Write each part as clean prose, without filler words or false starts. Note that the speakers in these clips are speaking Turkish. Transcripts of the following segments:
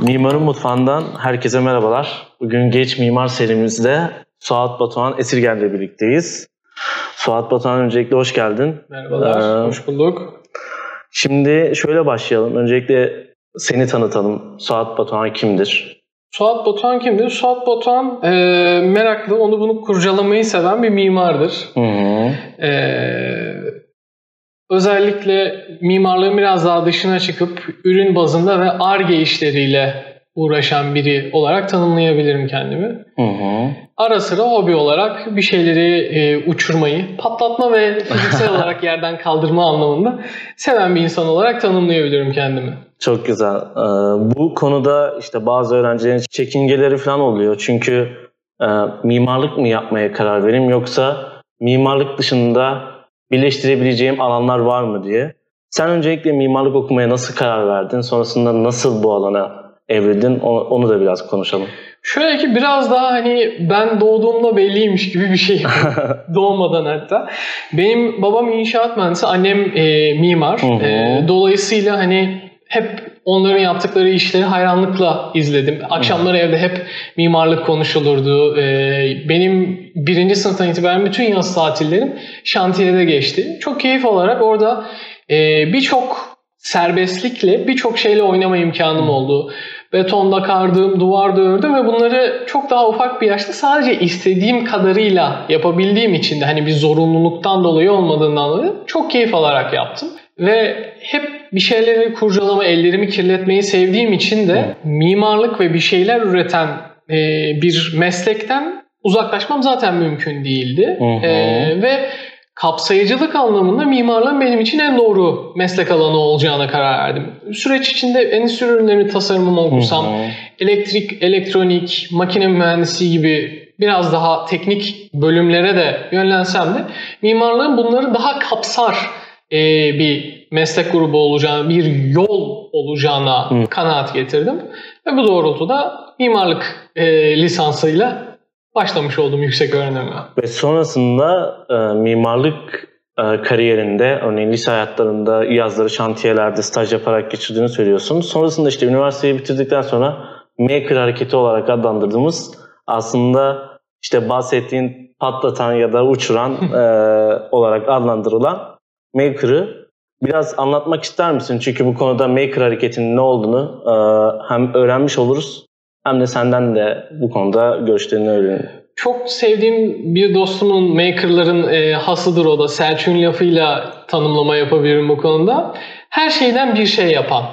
Mimarın Mutfağı'ndan herkese merhabalar. Bugün Genç Mimar serimizde Suat Batuhan Esirgen'le birlikteyiz. Suat Batuhan, öncelikle hoş geldin. Merhabalar, hoş bulduk. Şimdi şöyle başlayalım. Öncelikle seni tanıtalım. Suat Batuhan kimdir? Suat Batuhan kimdir? Suat Batuhan meraklı, onu bunu kurcalamayı seven bir mimardır. Özellikle mimarlığın biraz daha dışına çıkıp ürün bazında ve Ar-Ge işleriyle uğraşan biri olarak tanımlayabilirim kendimi. Ara sıra hobi olarak bir şeyleri uçurmayı, patlatma ve fiziksel olarak yerden kaldırma anlamında seven bir insan olarak tanımlayabilirim kendimi. Çok güzel. Bu konuda işte bazı öğrencilerin çekingeleri falan oluyor. Çünkü mimarlık mı yapmaya karar vereyim yoksa mimarlık dışında birleştirebileceğim alanlar var mı diye. Sen öncelikle mimarlık okumaya nasıl karar verdin? Sonrasında nasıl bu alana evrildin? Onu da biraz konuşalım. Şöyle ki biraz daha hani ben doğduğumda belliymiş gibi bir şey. Doğmadan hatta. Benim babam inşaat mühendisi, annem mimar. Dolayısıyla hani hep onların yaptıkları işleri hayranlıkla izledim. Akşamları evde hep mimarlık konuşulurdu. Benim 1. sınıftan itibaren bütün yaz tatillerim şantiyede geçti. Çok keyif alarak orada birçok serbestlikle birçok şeyle oynama imkanım oldu. Betonda kardım, duvarda ördüm ve bunları çok daha ufak bir yaşta sadece istediğim kadarıyla yapabildiğim için de hani bir zorunluluktan dolayı olmadığından dolayı çok keyif alarak yaptım. Ve hep bir şeyleri kurcalama, ellerimi kirletmeyi sevdiğim için de mimarlık ve bir şeyler üreten bir meslekten uzaklaşmam zaten mümkün değildi. Ve kapsayıcılık anlamında mimarlığın benim için en doğru meslek alanı olacağına karar verdim. Süreç içinde endüstri ürünleri tasarımını okusam, elektrik, elektronik, makine mühendisliği gibi biraz daha teknik bölümlere de yönlensem de mimarlığın bunları daha kapsar bir meslek grubu olacağına, bir yol olacağına kanaat getirdim. Ve bu doğrultuda mimarlık lisansıyla başlamış oldum yüksek öğrenime. Ve sonrasında mimarlık kariyerinde, örneğin lise hayatlarında yazları şantiyelerde staj yaparak geçirdiğini söylüyorsun. Sonrasında işte üniversiteyi bitirdikten sonra Maker hareketi olarak adlandırdığımız, aslında işte bahsettiğin patlatan ya da uçuran olarak adlandırılan Maker'ı biraz anlatmak ister misin? Çünkü bu konuda Maker hareketinin ne olduğunu hem öğrenmiş oluruz hem de senden de bu konuda görüşlerini öğrenelim. Çok sevdiğim bir dostumun Maker'ların hasıdır o da. Selçuk'un lafıyla tanımlama yapabilirim bu konuda. Her şeyden bir şey yapan.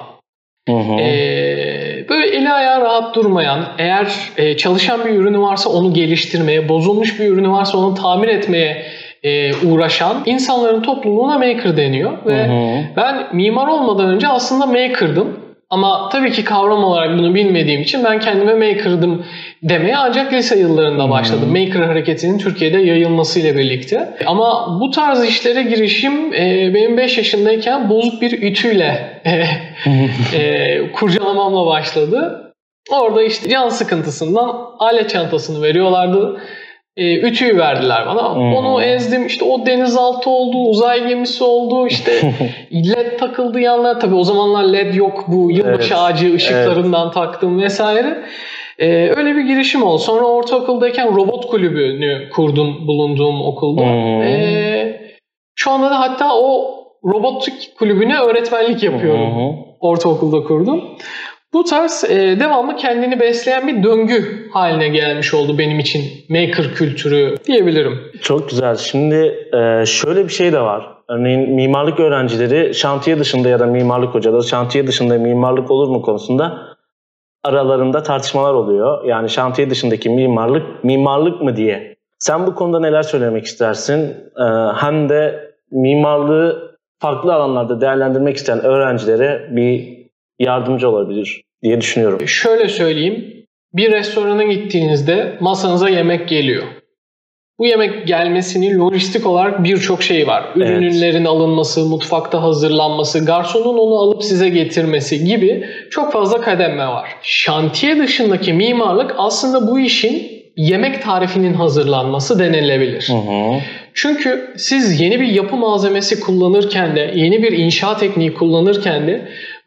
Böyle eli ayağı rahat durmayan, eğer çalışan bir ürünü varsa onu geliştirmeye, bozulmuş bir ürünü varsa onu tamir etmeye uğraşan insanların topluluğuna Maker deniyor. Ve ben mimar olmadan önce aslında Maker'dım. Ama tabii ki kavram olarak bunu bilmediğim için ben kendime Maker'dım demeye ancak lise yıllarında başladım. Maker hareketinin Türkiye'de yayılmasıyla birlikte. Ama bu tarz işlere girişim benim 5 yaşındayken bozuk bir ütüyle kurcalamamla başladı. Orada işte can sıkıntısından alet çantasını veriyorlardı. Ütüyü verdiler bana. Onu ezdim. İşte o denizaltı oldu, uzay gemisi oldu. İşte led takıldı yanlar. Tabii o zamanlar led yok. Bu yılbaşı ağacı ışıklarından taktım vesaire. Öyle bir girişim oldu. Sonra ortaokuldayken robot kulübünü kurdum bulunduğum okulda. Şu anda da hatta o robotik kulübüne öğretmenlik yapıyorum. Ortaokulda kurdum. Bu tarz devamlı kendini besleyen bir döngü haline gelmiş oldu benim için Maker kültürü diyebilirim. Çok güzel. Şimdi şöyle bir şey de var. Örneğin mimarlık öğrencileri şantiye dışında ya da mimarlık hocaları şantiye dışında mimarlık olur mu konusunda aralarında tartışmalar oluyor. Yani şantiye dışındaki mimarlık mı diye. Sen bu konuda neler söylemek istersin? Hem de mimarlığı farklı alanlarda değerlendirmek isteyen öğrencilere bir yardımcı olabilir diye düşünüyorum. Şöyle söyleyeyim. Bir restorana gittiğinizde masanıza yemek geliyor. Bu yemek gelmesinin lojistik olarak birçok şey var. Ürünlerin alınması, mutfakta hazırlanması, garsonun onu alıp size getirmesi gibi çok fazla kademe var. Şantiye dışındaki mimarlık aslında bu işin yemek tarifinin hazırlanması denilebilir. Çünkü siz yeni bir yapı malzemesi kullanırken de, yeni bir inşa tekniği kullanırken de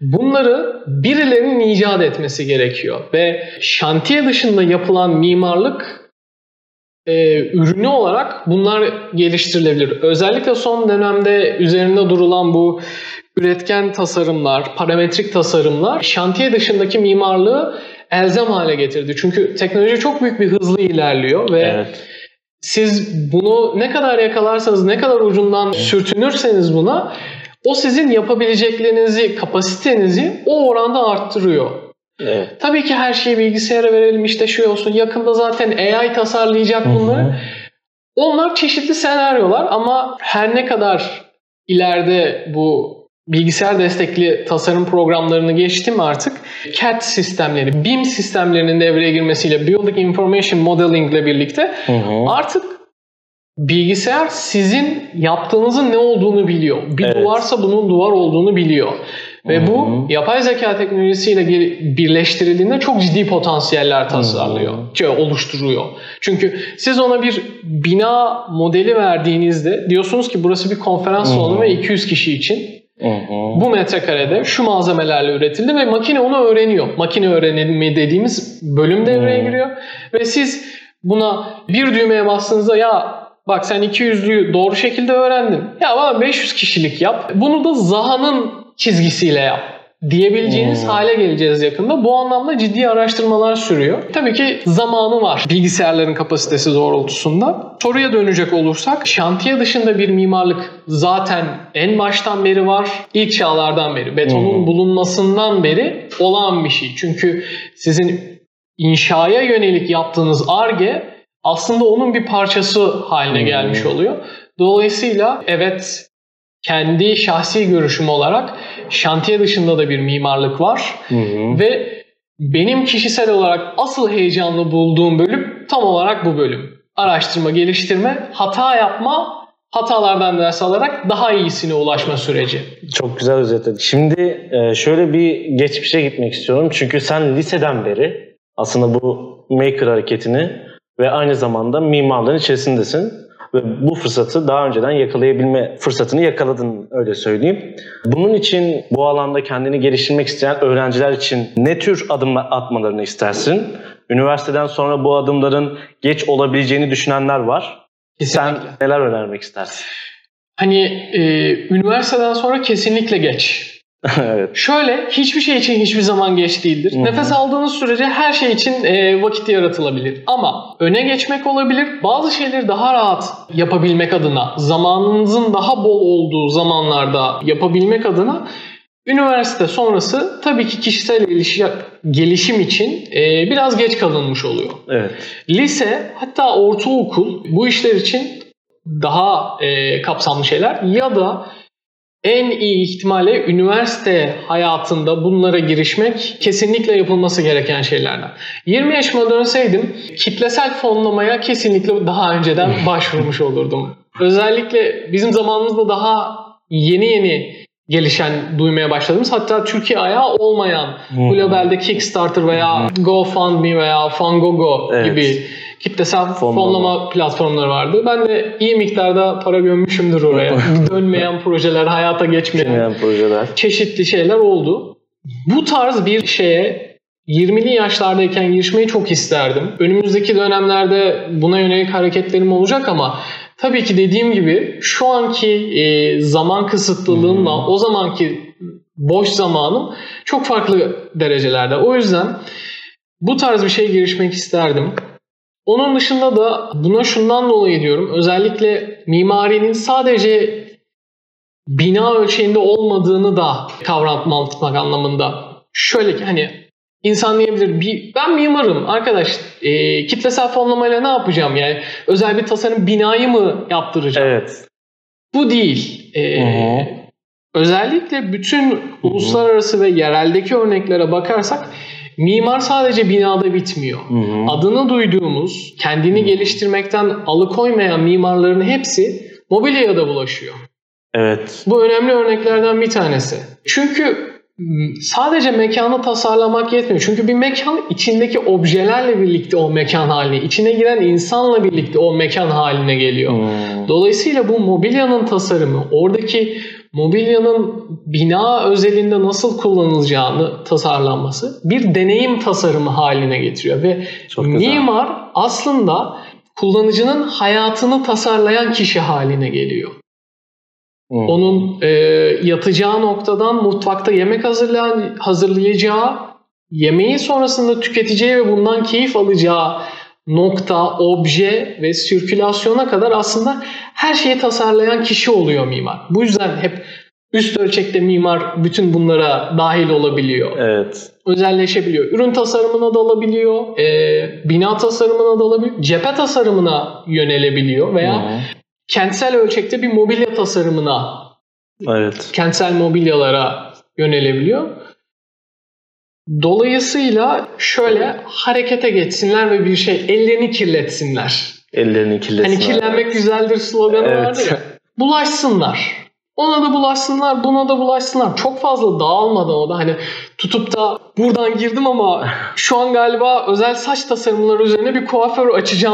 bunları birilerinin icat etmesi gerekiyor. Ve şantiye dışında yapılan mimarlık ürünü olarak bunlar geliştirilebilir. Özellikle son dönemde üzerinde durulan bu üretken tasarımlar, parametrik tasarımlar şantiye dışındaki mimarlığı elzem hale getirdi. Çünkü teknoloji çok büyük bir hızla ilerliyor ve siz bunu ne kadar yakalarsanız, ne kadar ucundan sürtünürseniz buna, o sizin yapabileceklerinizi, kapasitenizi o oranda arttırıyor. Evet. Tabii ki her şeyi bilgisayara verelim, işte şu olsun, yakında zaten AI tasarlayacak bunları. Onlar çeşitli senaryolar ama her ne kadar ileride bu bilgisayar destekli tasarım programlarını geçtim artık, CAD sistemleri, BIM sistemlerinin devreye girmesiyle, Building Information Modeling ile birlikte artık bilgisayar sizin yaptığınızın ne olduğunu biliyor. Bir duvarsa bunun duvar olduğunu biliyor. Ve bu yapay zeka teknolojisiyle birleştirildiğinde çok ciddi potansiyeller tasarlıyor, oluşturuyor. Çünkü siz ona bir bina modeli verdiğinizde diyorsunuz ki burası bir konferans salonu ve 200 kişi için. Bu metrekarede şu malzemelerle üretildi ve makine onu öğreniyor. Makine öğrenimi dediğimiz bölüm devreye giriyor. Ve siz buna bir düğmeye bastığınızda ya bak sen 200'lüyü doğru şekilde öğrendin. Ya bana 500 kişilik yap. Bunu da Zaha'nın çizgisiyle yap diyebileceğiniz hale geleceğiz yakında. Bu anlamda ciddi araştırmalar sürüyor. Tabii ki zamanı var bilgisayarların kapasitesi doğrultusunda. Soruya dönecek olursak, şantiye dışında bir mimarlık zaten en baştan beri var. İlk çağlardan beri, betonun bulunmasından beri olan bir şey. Çünkü sizin inşaya yönelik yaptığınız Ar-Ge aslında onun bir parçası haline gelmiş oluyor. Dolayısıyla evet, kendi şahsi görüşüm olarak şantiye dışında da bir mimarlık var. Ve benim kişisel olarak asıl heyecanlı bulduğum bölüm tam olarak bu bölüm. Araştırma, geliştirme, hata yapma, hatalardan ders alarak daha iyisine ulaşma süreci. Çok güzel özetledin. Şimdi şöyle bir geçmişe gitmek istiyorum. Çünkü sen liseden beri aslında bu maker hareketini ve aynı zamanda mimarlığın içerisindesin. Ve bu fırsatı daha önceden yakalayabilme fırsatını yakaladın, öyle söyleyeyim. Bunun için bu alanda kendini geliştirmek isteyen öğrenciler için ne tür adımlar atmalarını istersin? Üniversiteden sonra bu adımların geç olabileceğini düşünenler var. Kesinlikle. Sen neler önermek istersin? Üniversiteden sonra kesinlikle geç. Evet. Şöyle, hiçbir şey için hiçbir zaman geç değildir. Nefes aldığınız sürece her şey için vakit yaratılabilir. Ama öne geçmek olabilir. Bazı şeyleri daha rahat yapabilmek adına, zamanınızın daha bol olduğu zamanlarda yapabilmek adına üniversite sonrası tabii ki kişisel gelişim için biraz geç kalınmış oluyor. Evet. Lise, hatta ortaokul bu işler için daha kapsamlı şeyler ya da en iyi ihtimalle üniversite hayatında bunlara girişmek kesinlikle yapılması gereken şeylerden. 20 yaşıma dönseydim kitlesel fonlamaya kesinlikle daha önceden başvurmuş olurdum. Özellikle bizim zamanımızda daha yeni gelişen, duymaya başladığımız, hatta Türkiye ayağı olmayan globalde Kickstarter veya GoFundMe veya Fangogo gibi kitlesel fonlama platformları vardı. Ben de iyi miktarda para gömmüşümdür oraya. Dönmeyen projeler, hayata geçmeyen projeler. Çeşitli şeyler oldu. Bu tarz bir şeye 20'li yaşlardayken girişmeyi çok isterdim. Önümüzdeki dönemlerde buna yönelik hareketlerim olacak ama tabii ki dediğim gibi şu anki zaman kısıtlılığımla o zamanki boş zamanım çok farklı derecelerde. O yüzden bu tarz bir şeye girişmek isterdim. Onun dışında da buna şundan dolayı diyorum. Özellikle mimarinin sadece bina ölçeğinde olmadığını da kavratmak anlamında. Şöyle ki insan diyebilir, ben mimarım arkadaş, kitlesel fonlamayla ne yapacağım yani? Özel bir tasarım binayı mı yaptıracağım? Evet. Bu değil. Özellikle bütün uluslararası ve yereldeki örneklere bakarsak mimar sadece binada bitmiyor. Adını duyduğumuz, kendini geliştirmekten alıkoymayan mimarların hepsi mobilyaya da bulaşıyor. Evet. Bu önemli örneklerden bir tanesi. Çünkü sadece mekanı tasarlamak yetmiyor. Çünkü bir mekan içindeki objelerle birlikte o mekan haline, içine giren insanla birlikte o mekan haline geliyor. Dolayısıyla bu mobilyanın tasarımı, oradaki mobilyanın bina özelinde nasıl kullanılacağını tasarlanması bir deneyim tasarımı haline getiriyor. Ve mimar aslında kullanıcının hayatını tasarlayan kişi haline geliyor. Onun yatacağı noktadan mutfakta yemek hazırlayacağı, yemeği sonrasında tüketeceği ve bundan keyif alacağı nokta, obje ve sirkülasyona kadar aslında her şeyi tasarlayan kişi oluyor mimar. Bu yüzden hep üst ölçekte mimar bütün bunlara dahil olabiliyor. Evet. Özelleşebiliyor. Ürün tasarımına dalabiliyor, bina tasarımına dalabiliyor, cephe tasarımına yönelebiliyor veya kentsel ölçekte bir mobilya tasarımına, kentsel mobilyalara yönelebiliyor. Dolayısıyla şöyle harekete geçsinler ve bir ellerini kirletsinler. Ellerini kirletsinler. Hani kirlenmek güzeldir sloganı vardır ya. Bulaşsınlar. Ona da bulaşsınlar, buna da bulaşsınlar. Çok fazla dağılmadan o da hani tutup da buradan girdim ama şu an galiba özel saç tasarımları üzerine bir kuaför açacağım.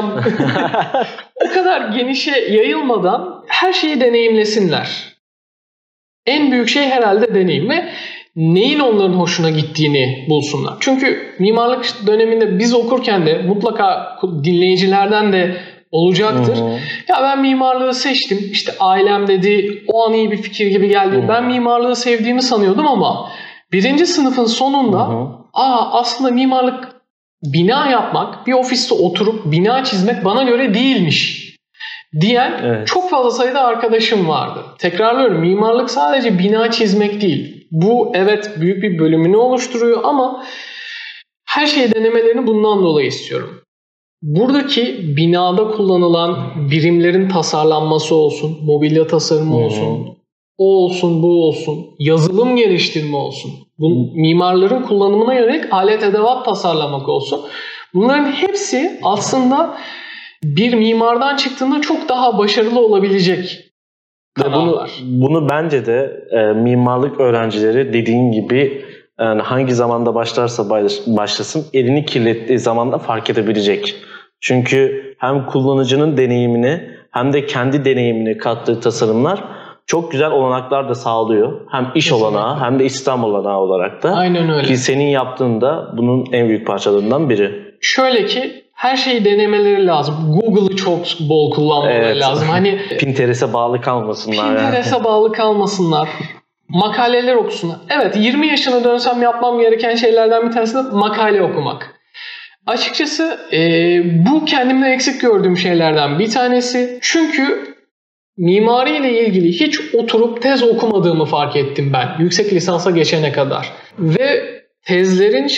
O kadar genişe yayılmadan her şeyi deneyimlesinler. En büyük şey herhalde deneyim ve neyin onların hoşuna gittiğini bulsunlar. Çünkü mimarlık döneminde biz okurken de mutlaka dinleyicilerden de olacaktır. Ya ben mimarlığı seçtim. İşte ailem dedi o an iyi bir fikir gibi geldi. Ben mimarlığı sevdiğimi sanıyordum ama 1. sınıfın sonunda aslında mimarlık bina yapmak, bir ofiste oturup bina çizmek bana göre değilmiş diyen çok fazla sayıda arkadaşım vardı. Tekrarlıyorum, mimarlık sadece bina çizmek değil. Bu evet büyük bir bölümünü oluşturuyor ama her şeyi denemelerini bundan dolayı istiyorum. Buradaki binada kullanılan birimlerin tasarlanması olsun, mobilya tasarımı olsun, o olsun, bu olsun, yazılım geliştirme olsun, bu mimarların kullanımına yönelik alet edevat tasarlamak olsun. Bunların hepsi aslında bir mimardan çıktığında çok daha başarılı olabilecek kanallar. Bunu bence de mimarlık öğrencileri dediğin gibi yani hangi zamanda başlarsa başlasın elini kirlettiği zaman da fark edebilecek. Çünkü hem kullanıcının deneyimini hem de kendi deneyimini kattığı tasarımlar çok güzel olanaklar da sağlıyor. Hem iş olanağı hem de İslam olanağı olarak da. Aynen öyle. Ki senin yaptığın da bunun en büyük parçalarından biri. Şöyle ki her şeyi denemeleri lazım. Google'ı çok bol kullanmaları lazım. Hani Pinterest'e bağlı kalmasınlar. Pinterest'e bağlı kalmasınlar. Makaleler okusunlar. Evet, 20 yaşına dönsem yapmam gereken şeylerden bir tanesi de makale okumak. Açıkçası bu kendimde eksik gördüğüm şeylerden bir tanesi. Çünkü mimari ile ilgili hiç oturup tez okumadığımı fark ettim ben yüksek lisansa geçene kadar. Ve tezlerin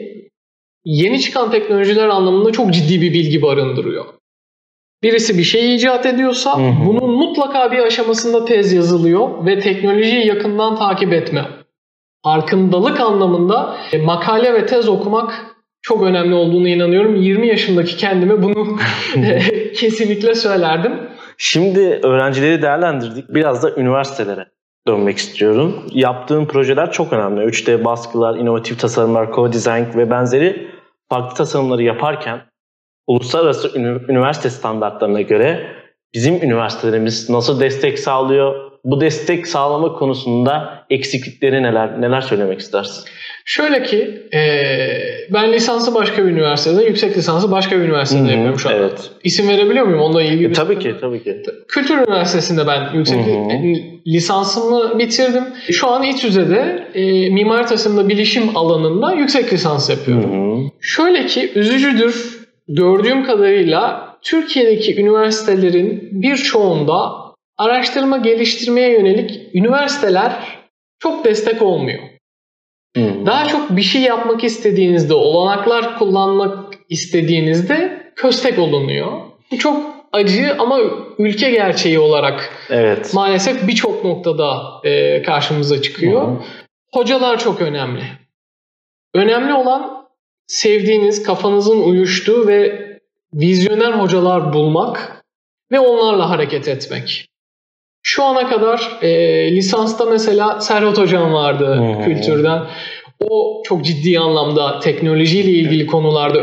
yeni çıkan teknolojiler anlamında çok ciddi bir bilgi barındırıyor. Birisi bir şey icat ediyorsa bunun mutlaka bir aşamasında tez yazılıyor ve teknolojiyi yakından takip etme. Farkındalık anlamında makale ve tez okumak çok önemli olduğunu inanıyorum. 20 yaşındaki kendime bunu kesinlikle söylerdim. Şimdi öğrencileri değerlendirdik. Biraz da üniversitelere dönmek istiyorum. Yaptığın projeler çok önemli. 3D baskılar, inovatif tasarımlar, co-design ve benzeri farklı tasarımları yaparken uluslararası üniversite standartlarına göre bizim üniversitelerimiz nasıl destek sağlıyor? Bu destek sağlama konusunda eksiklikleri neler söylemek istersin? Şöyle ki ben lisansı başka bir üniversitede, yüksek lisansı başka bir üniversitede yapıyorum şu an. Evet. İsim verebiliyor muyum? Onunla ilgili. Tabii ki. Kültür Üniversitesi'nde ben yüksek lisansımı bitirdim. Şu an İTÜ'de mimari tasarımda bilişim alanında yüksek lisans yapıyorum. Şöyle ki üzücüdür, gördüğüm kadarıyla Türkiye'deki üniversitelerin birçoğunda araştırma geliştirmeye yönelik üniversiteler çok destek olmuyor. Daha çok bir şey yapmak istediğinizde, olanaklar kullanmak istediğinizde köstek olunuyor. Bu çok acı ama ülke gerçeği olarak maalesef birçok noktada karşımıza çıkıyor. Hocalar çok önemli. Önemli olan sevdiğiniz, kafanızın uyuştuğu ve vizyoner hocalar bulmak ve onlarla hareket etmek. Şu ana kadar lisansta mesela Serhat Hocam vardı kültürden. O çok ciddi anlamda teknolojiyle ilgili konularda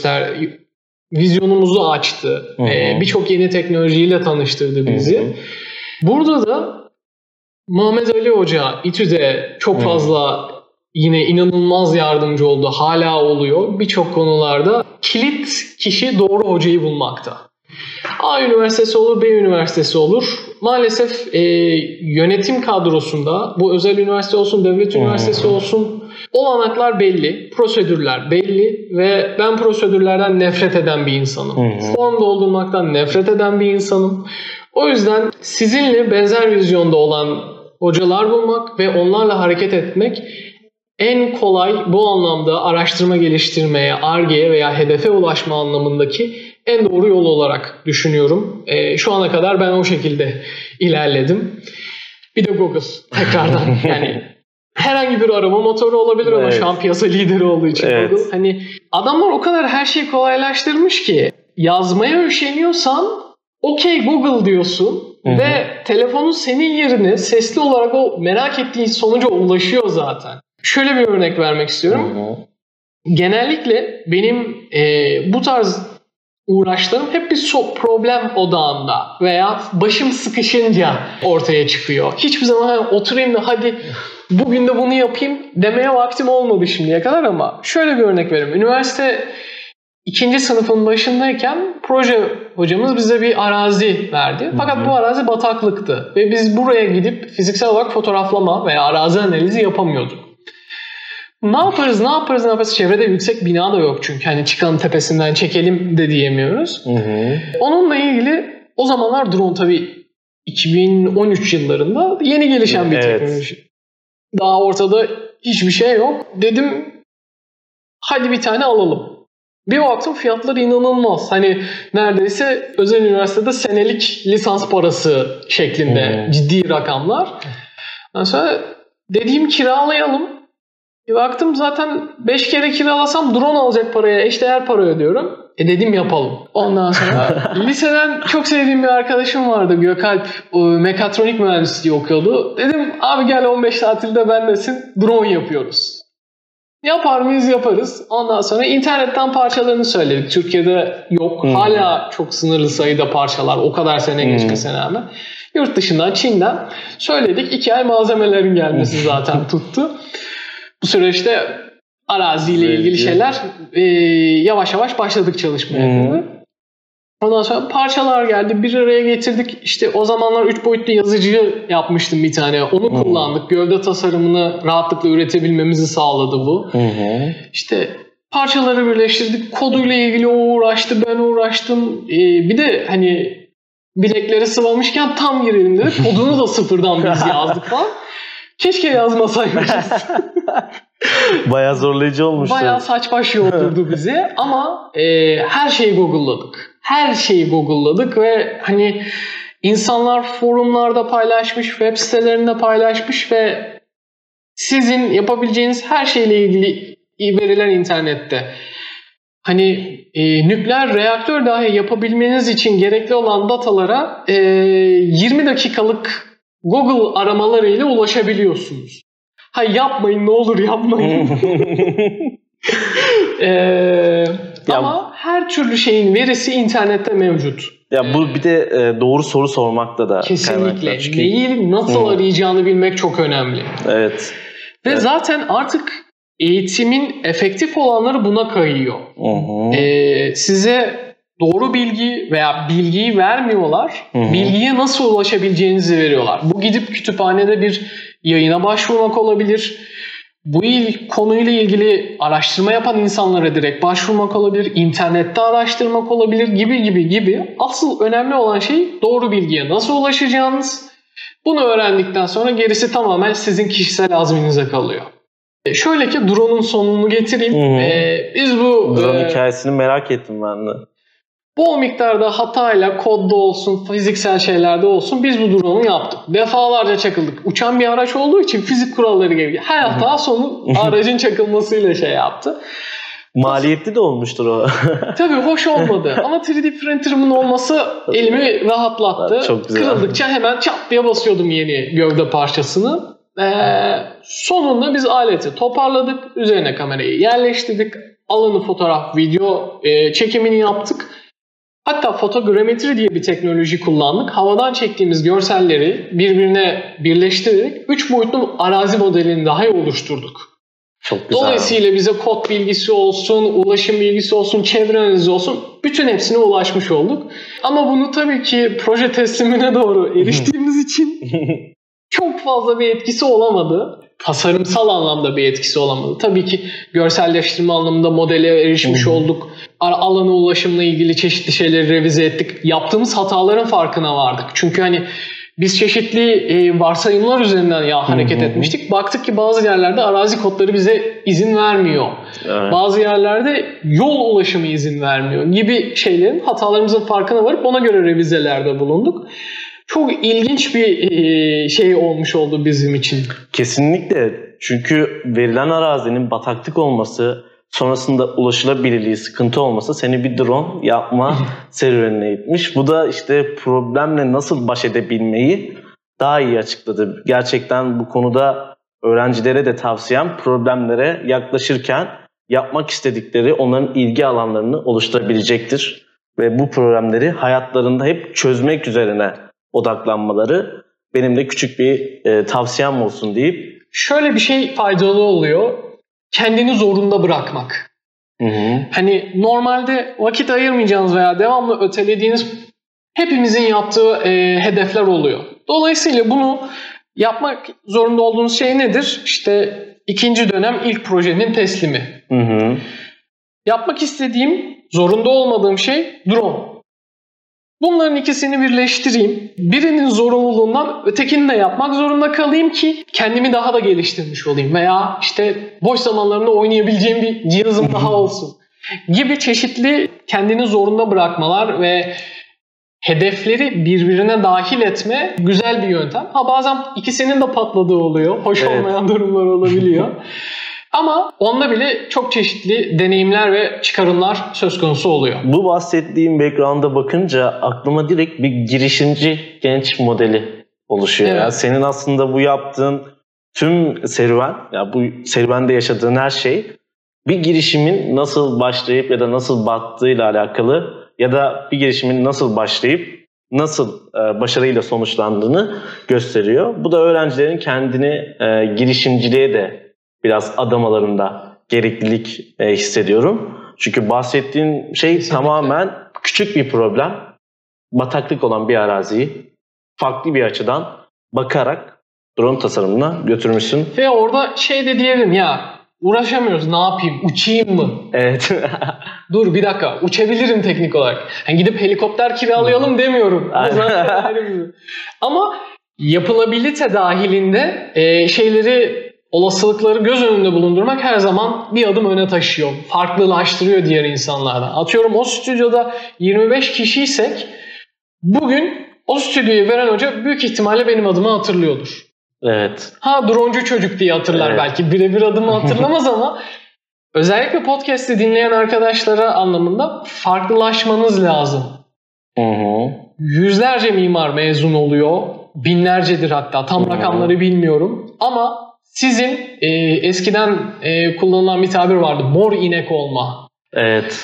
vizyonumuzu açtı. Birçok yeni teknolojiyle tanıştırdı bizi. Burada da Mehmet Ali Hoca İTÜ'de çok fazla yine inanılmaz yardımcı oldu. Hala oluyor. Birçok konularda kilit kişi doğru hocayı bulmakta. A üniversitesi olur, B üniversitesi olur. Maalesef yönetim kadrosunda bu özel üniversite olsun, devlet üniversitesi olsun olanaklar belli, prosedürler belli ve ben prosedürlerden nefret eden bir insanım. Form doldurmaktan nefret eden bir insanım. O yüzden sizinle benzer vizyonda olan hocalar bulmak ve onlarla hareket etmek en kolay bu anlamda araştırma geliştirmeye, Ar-Ge'ye veya hedefe ulaşma anlamındaki en doğru yol olarak düşünüyorum. Şu ana kadar ben o şekilde ilerledim. Bir de Google tekrardan yani herhangi bir arama motoru olabilir ama şu an piyasa lideri olduğu için Google. Hani adamlar o kadar her şeyi kolaylaştırmış ki yazmaya üşeniyorsan okey Google diyorsun ve telefonun senin yerine sesli olarak o merak ettiğin sonuca ulaşıyor zaten. Şöyle bir örnek vermek istiyorum. Genellikle benim bu tarz uğraşlarım hep bir problem odağında veya başım sıkışınca ortaya çıkıyor. Hiçbir zaman oturayım da hadi bugün de bunu yapayım demeye vaktim olmadı şimdiye kadar ama şöyle bir örnek vereyim. Üniversite 2. sınıfın başındayken proje hocamız bize bir arazi verdi. Fakat bu arazi bataklıktı ve biz buraya gidip fiziksel olarak fotoğraflama veya arazi analizi yapamıyorduk. Ne yaparız? Çevrede yüksek bina da yok çünkü. Hani çıkalım tepesinden çekelim de diyemiyoruz. Onunla ilgili o zamanlar drone tabii 2013 yıllarında yeni gelişen bir teknoloji. Daha ortada hiçbir şey yok. Dedim hadi bir tane alalım. Bir baktım fiyatları inanılmaz. Hani neredeyse özel üniversitede senelik lisans parası şeklinde ciddi rakamlar. Ondan sonra dediğim kiralayalım. Bir baktım zaten 5 kere kiralasam drone alacak paraya eşdeğer para ödüyorum. Dedim yapalım. Ondan sonra liseden çok sevdiğim bir arkadaşım vardı Gökalp. Mekatronik mühendisliği okuyordu. Dedim abi gel 15 tatilde bendesin drone yapıyoruz. Yapar mıyız? Yaparız. Ondan sonra internetten parçalarını söyledik. Türkiye'de yok. Hala çok sınırlı sayıda parçalar. O kadar sene geçmesine rağmen. Yurt dışından Çin'den söyledik. 2 ay malzemelerin gelmesi zaten tuttu. Bu süreçte araziyle ilgili şeyler yavaş yavaş başladık çalışmaya. Ondan sonra parçalar geldi. Bir araya getirdik. İşte o zamanlar 3 boyutlu yazıcı yapmıştım bir tane. Onu kullandık. Gövde tasarımını rahatlıkla üretebilmemizi sağladı bu. İşte parçaları birleştirdik. Koduyla ilgili o uğraştı. Ben uğraştım. Bir de hani bilekleri sıvamışken tam girelim dedik. Kodunu da sıfırdan biz yazdık falan. Keşke yazmasaymışız. Bayağı zorlayıcı olmuştu. Bayağı saç baş yoldurdu bizi ama her şeyi Google'ladık. Her şeyi Google'ladık ve hani insanlar forumlarda paylaşmış, web sitelerinde paylaşmış ve sizin yapabileceğiniz her şeyle ilgili veriler internette. Hani nükleer reaktör dahi yapabilmeniz için gerekli olan datalara 20 dakikalık Google aramalarıyla ulaşabiliyorsunuz. Ha yapmayın ne olur yapmayın. Ama her türlü şeyin verisi internette mevcut. Ya bu bir de doğru soru sormakta da kesinlikle. Neyi nasıl arayacağını bilmek çok önemli. Evet. Ve zaten artık eğitimin efektif olanları buna kayıyor. Size doğru bilgi veya bilgiyi vermiyorlar. Bilgiye nasıl ulaşabileceğinizi veriyorlar. Bu gidip kütüphanede bir yayına başvurmak olabilir. Bu konuyla ilgili araştırma yapan insanlara direkt başvurmak olabilir. İnternette araştırmak olabilir gibi. Asıl önemli olan şey doğru bilgiye nasıl ulaşacağınız. Bunu öğrendikten sonra gerisi tamamen sizin kişisel azminize kalıyor. Şöyle ki drone'un sonunu getireyim. Biz bu drone hikayesini merak ettim ben de. Bol miktarda hatayla kodda olsun, fiziksel şeylerde olsun biz bu drone'u yaptık. Defalarca çakıldık. Uçan bir araç olduğu için fizik kuralları gerekiyor. Her hata sonu aracın çakılmasıyla şey yaptı. Maliyetli de olmuştur o. Tabii hoş olmadı ama 3D printer'ımın olması elimi rahatlattı. Çok güzel. Kırıldıkça hemen çat diye basıyordum yeni gövde parçasını. Sonunda biz aleti toparladık. Üzerine kamerayı yerleştirdik. Alanı fotoğraf, video çekimini yaptık. Hatta fotogrametri diye bir teknoloji kullandık. Havadan çektiğimiz görselleri birbirine birleştirerek 3 boyutlu arazi modelini daha iyi oluşturduk. Çok güzel. Dolayısıyla bize kod bilgisi olsun, ulaşım bilgisi olsun, çevre analizi olsun, bütün hepsine ulaşmış olduk. Ama bunu tabii ki proje teslimine doğru eriştiğimiz için çok fazla bir etkisi olamadı. Tasarımsal anlamda bir etkisi olamadı. Tabii ki görselleştirme anlamında modele erişmiş olduk. Alana ulaşımla ilgili çeşitli şeyleri revize ettik. Yaptığımız hataların farkına vardık. Çünkü hani biz çeşitli varsayımlar üzerinden hareket etmiştik. Baktık ki bazı yerlerde arazi kodları bize izin vermiyor. Evet. Bazı yerlerde yol ulaşımı izin vermiyor gibi şeylerin, hatalarımızın farkına varıp ona göre revizelerde bulunduk. Çok ilginç bir şey olmuş oldu bizim için. Kesinlikle. Çünkü verilen arazinin bataklık olması, sonrasında ulaşılabilirliği sıkıntı olması seni bir drone yapma serüvenine itmiş. Bu da işte problemle nasıl baş edebilmeyi daha iyi açıkladı. Gerçekten bu konuda öğrencilere de tavsiyem, problemlere yaklaşırken yapmak istedikleri onların ilgi alanlarını oluşturabilecektir. Ve bu problemleri hayatlarında hep çözmek üzerine odaklanmaları benim de küçük bir tavsiyem olsun deyip. Şöyle bir şey faydalı oluyor. Kendini zorunda bırakmak. Hani normalde vakit ayırmayacağınız veya devamlı ötelediğiniz hepimizin yaptığı hedefler oluyor. Dolayısıyla bunu yapmak zorunda olduğunuz şey nedir? İşte 2. dönem ilk projenin teslimi. Yapmak istediğim, zorunda olmadığım şey drone. Bunların ikisini birleştireyim. Birinin zorunluluğundan ötekini de yapmak zorunda kalayım ki kendimi daha da geliştirmiş olayım. Veya işte boş zamanlarımda oynayabileceğim bir cihazım daha olsun. Gibi çeşitli kendini zorunda bırakmalar ve hedefleri birbirine dahil etme güzel bir yöntem. Bazen ikisinin de patladığı oluyor. Hoş olmayan durumlar olabiliyor. Ama onda bile çok çeşitli deneyimler ve çıkarımlar söz konusu oluyor. Bu bahsettiğim background'a bakınca aklıma direkt bir girişimci genç modeli oluşuyor. Evet. Yani senin aslında bu yaptığın tüm serüven, yani bu serüvende yaşadığın her şey bir girişimin nasıl başlayıp ya da nasıl battığıyla alakalı ya da bir girişimin nasıl başlayıp nasıl başarıyla sonuçlandığını gösteriyor. Bu da öğrencilerin kendini girişimciliğe de biraz adamalarında gereklilik hissediyorum. Çünkü bahsettiğin şey kesinlikle tamamen küçük bir problem. Bataklık olan bir araziyi farklı bir açıdan bakarak drone tasarımına götürmüşsün. Ve orada şey de diyelim ya, uğraşamıyoruz, ne yapayım, uçayım mı? Evet. Dur bir dakika, uçabilirim teknik olarak. Yani gidip helikopter kiralayalım demiyorum. Ama yapılabilite dahilinde şeyleri, olasılıkları göz önünde bulundurmak her zaman bir adım öne taşıyor. Farklılaştırıyor diğer insanlardan. Atıyorum o stüdyoda 25 kişiysek bugün o stüdyoyu veren hoca büyük ihtimalle benim adımı hatırlıyordur. Evet. Droncu çocuk diye hatırlar belki. Birebir adımı hatırlamaz ama özellikle podcast'i dinleyen arkadaşlara anlamında farklılaşmanız lazım. Yüzlerce mimar mezun oluyor. Binlercedir hatta. Tam rakamları bilmiyorum. Ama sizin eskiden kullanılan bir tabir vardı. Mor inek olma. Evet.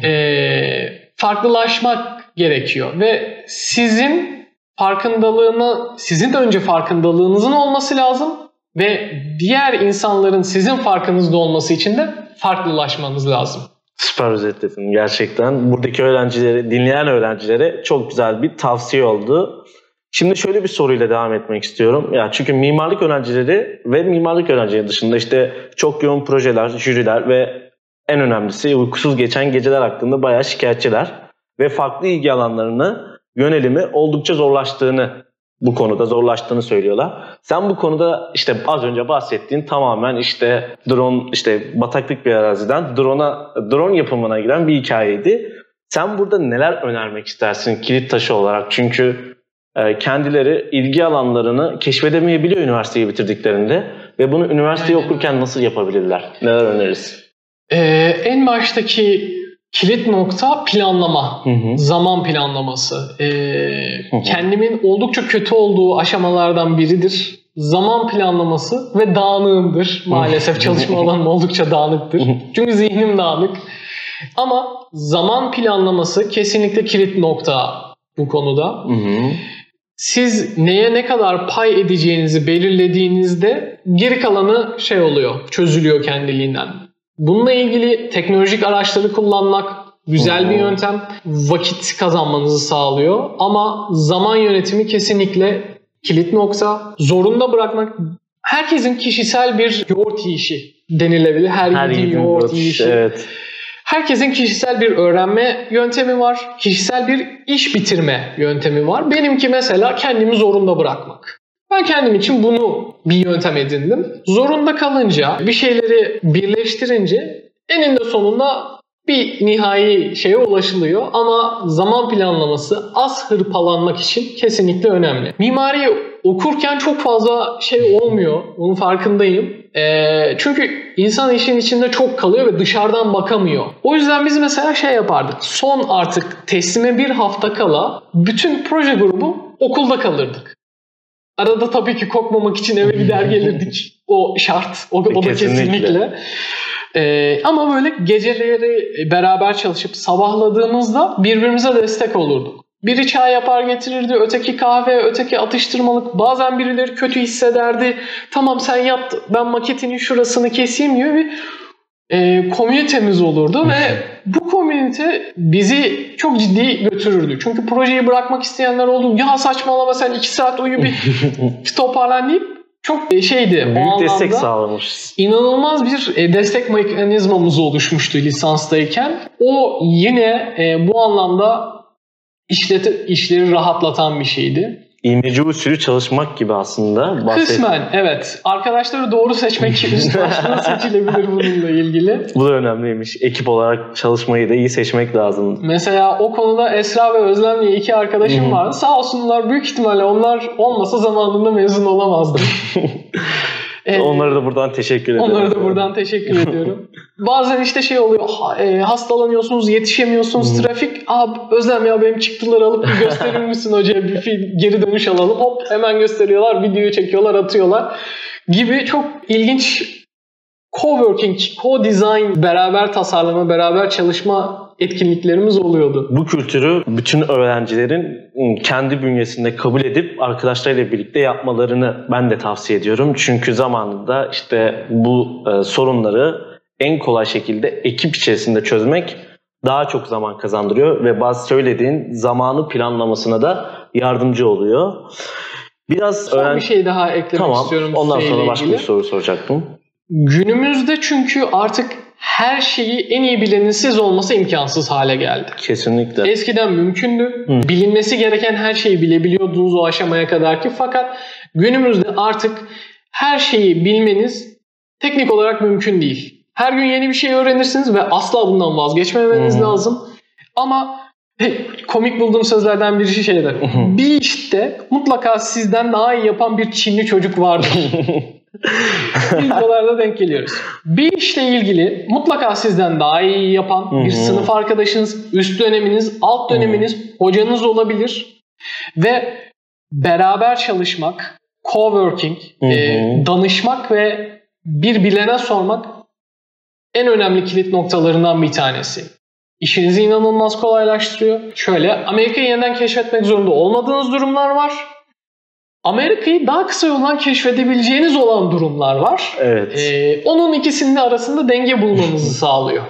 Farklılaşmak gerekiyor. Ve sizin de önce farkındalığınızın olması lazım. Ve diğer insanların sizin farkınızda olması için de farklılaşmanız lazım. Süper özetledin gerçekten. Buradaki dinleyen öğrencilere çok güzel bir tavsiye oldu. Şimdi şöyle bir soruyla devam etmek istiyorum. Ya çünkü mimarlık öğrencileri ve mimarlık öğrencileri dışında işte çok yoğun projeler, jüriler ve en önemlisi uykusuz geçen geceler hakkında bayağı şikayetçiler. Ve farklı ilgi alanlarını yönelimi oldukça bu konuda zorlaştığını söylüyorlar. Sen bu konuda işte az önce bahsettiğin tamamen işte drone, işte bataklık bir araziden drone yapımına giren bir hikayeydi. Sen burada neler önermek istersin kilit taşı olarak? Çünkü kendileri ilgi alanlarını keşfedemeyebiliyor üniversiteyi bitirdiklerinde ve bunu üniversiteyi okurken nasıl yapabilirler? Neler öneririz? En baştaki kilit nokta planlama. Zaman planlaması. Kendimin oldukça kötü olduğu aşamalardan biridir. Zaman planlaması ve dağınığımdır. Maalesef çalışma alanım oldukça dağınıktır. Çünkü zihnim dağınık. Ama zaman planlaması kesinlikle kilit nokta bu konuda. Siz neye ne kadar pay edeceğinizi belirlediğinizde geri kalanı oluyor, çözülüyor kendiliğinden. Bununla ilgili teknolojik araçları kullanmak güzel bir yöntem. Vakit kazanmanızı sağlıyor. Ama zaman yönetimi kesinlikle kilit nokta. Zorunda bırakmak, herkesin kişisel bir yoğurt yiyişi denilebilir. Her yediği yoğurt yiyişi. Evet. Herkesin kişisel bir öğrenme yöntemi var. Kişisel bir iş bitirme yöntemi var. Benimki mesela kendimi zorunda bırakmak. Ben kendim için bunu bir yöntem edindim. Zorunda kalınca, bir şeyleri birleştirince eninde sonunda bir nihai şeye ulaşılıyor. Ama zaman planlaması az hırpalanmak için kesinlikle önemli. Mimari okurken çok fazla olmuyor. Onun farkındayım. Çünkü insan işin içinde çok kalıyor ve dışarıdan bakamıyor. O yüzden biz mesela yapardık. Son artık teslime bir hafta kala bütün proje grubu okulda kalırdık. Arada tabii ki kokmamak için eve gider gelirdik. O şart. O da kesinlikle. Ama böyle geceleri beraber çalışıp sabahladığımızda birbirimize destek olurduk. Biri çay yapar getirirdi, öteki kahve, öteki atıştırmalık. Bazen birileri kötü hissederdi. Tamam sen yat, ben maketinin şurasını keseyim gibi bir komünitemiz olurdu ve bu komünite bizi çok ciddi götürürdü. Çünkü projeyi bırakmak isteyenler oldu. Ya saçmalama sen 2 saat uyu bir toparlan deyip çok büyük destek sağlamış. İnanılmaz bir destek mekanizmamız oluşmuştu lisanstayken. O yine bu anlamda işleri rahatlatan bir şeydi. İğneci usulü çalışmak gibi aslında. Kısmen evet. Arkadaşları doğru seçmek üst başlığı seçilebilir bununla ilgili. Bu da önemliymiş. Ekip olarak çalışmayı da iyi seçmek lazım. Mesela o konuda Esra ve Özlem diye 2 arkadaşım vardı. Sağ olsunlar, büyük ihtimalle onlar olmasa zamanında mezun olamazdım. Onlara da buradan teşekkür ederim. Onlara da buradan teşekkür ediyorum. Bazen oluyor. Hastalanıyorsunuz, yetişemiyorsunuz, trafik. Özlem ya benim çıktıları alıp bir gösterir misin hocaya? Bir geri dönüş alalım. Hop hemen gösteriyorlar, videoyu çekiyorlar, atıyorlar. Gibi çok ilginç co-working, co-design, beraber tasarlama, beraber çalışma etkinliklerimiz oluyordu. Bu kültürü bütün öğrencilerin kendi bünyesinde kabul edip arkadaşlarıyla birlikte yapmalarını ben de tavsiye ediyorum. Çünkü zamanında bu sorunları en kolay şekilde ekip içerisinde çözmek daha çok zaman kazandırıyor ve bazı söylediğin zamanı planlamasına da yardımcı oluyor. Son bir şey daha eklemek istiyorum. Ondan sonra başka bir soru soracaktım. Günümüzde çünkü artık her şeyi en iyi bilenin siz olması imkansız hale geldi. Kesinlikle. Eskiden mümkündü. Bilinmesi gereken her şeyi bilebiliyordunuz o aşamaya kadar ki. Fakat günümüzde artık her şeyi bilmeniz teknik olarak mümkün değil. Her gün yeni bir şey öğrenirsiniz ve asla bundan vazgeçmemeniz lazım. Ama komik bulduğum sözlerden birisi bir işte mutlaka sizden daha iyi yapan bir Çinli çocuk vardır. Videolarda denk geliyoruz. Bir işle ilgili mutlaka sizden daha iyi yapan bir sınıf arkadaşınız, üst döneminiz, alt döneminiz, hocanız olabilir. Ve beraber çalışmak, co-working, danışmak ve bir bilene sormak en önemli kilit noktalarından bir tanesi. İşinizi inanılmaz kolaylaştırıyor. Amerika'yı yeniden keşfetmek zorunda olmadığınız durumlar var. Amerika'yı daha kısa yoldan keşfedebileceğiniz olan durumlar var. Evet. Onun ikisinin arasında denge bulmanızı sağlıyor.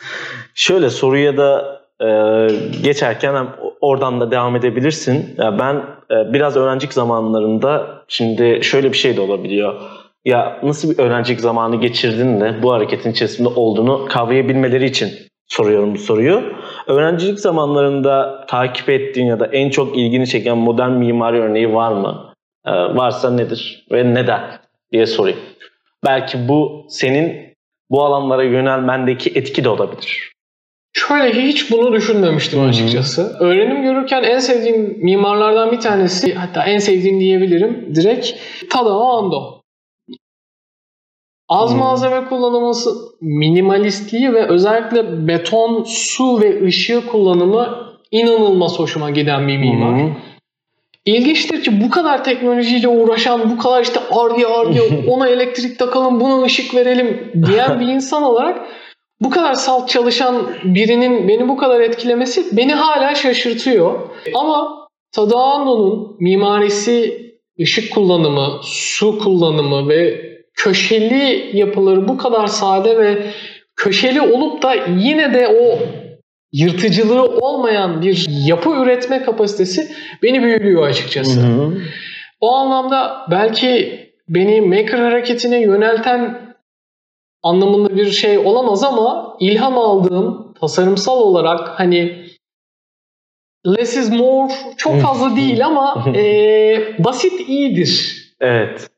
Soruya da geçerken oradan da devam edebilirsin. Ben biraz öğrencilik zamanlarında şimdi şöyle bir şey de olabiliyor. Ya nasıl bir öğrencilik zamanı geçirdin de bu hareketin içerisinde olduğunu kavrayabilmeleri için soruyorum bu soruyu. Öğrencilik zamanlarında takip ettiğin ya da en çok ilgini çeken modern mimari örneği var mı? Varsa nedir ve neden diye sorayım. Belki bu senin bu alanlara yönelmendeki etki de olabilir. Hiç bunu düşünmemiştim açıkçası. Öğrenim görürken en sevdiğim mimarlardan bir tanesi, hatta en sevdiğim diyebilirim direkt, Tadao Ando. Az malzeme kullanılması, minimalistliği ve özellikle beton, su ve ışığı kullanımı inanılmaz hoşuma giden bir mimar. İlginçtir ki bu kadar teknolojiyle uğraşan, bu kadar işte ardiye ona elektrik takalım, buna ışık verelim diyen bir insan olarak bu kadar salt çalışan birinin beni bu kadar etkilemesi beni hala şaşırtıyor. Ama Tadao Ando'nun mimarisi, ışık kullanımı, su kullanımı ve köşeli yapıları bu kadar sade ve köşeli olup da yine de o yırtıcılığı olmayan bir yapı üretme kapasitesi beni büyülüyor açıkçası. O anlamda belki beni maker hareketine yönelten anlamında bir şey olamaz ama ilham aldığım tasarımsal olarak hani less is more çok fazla değil ama basit iyidir. Evet.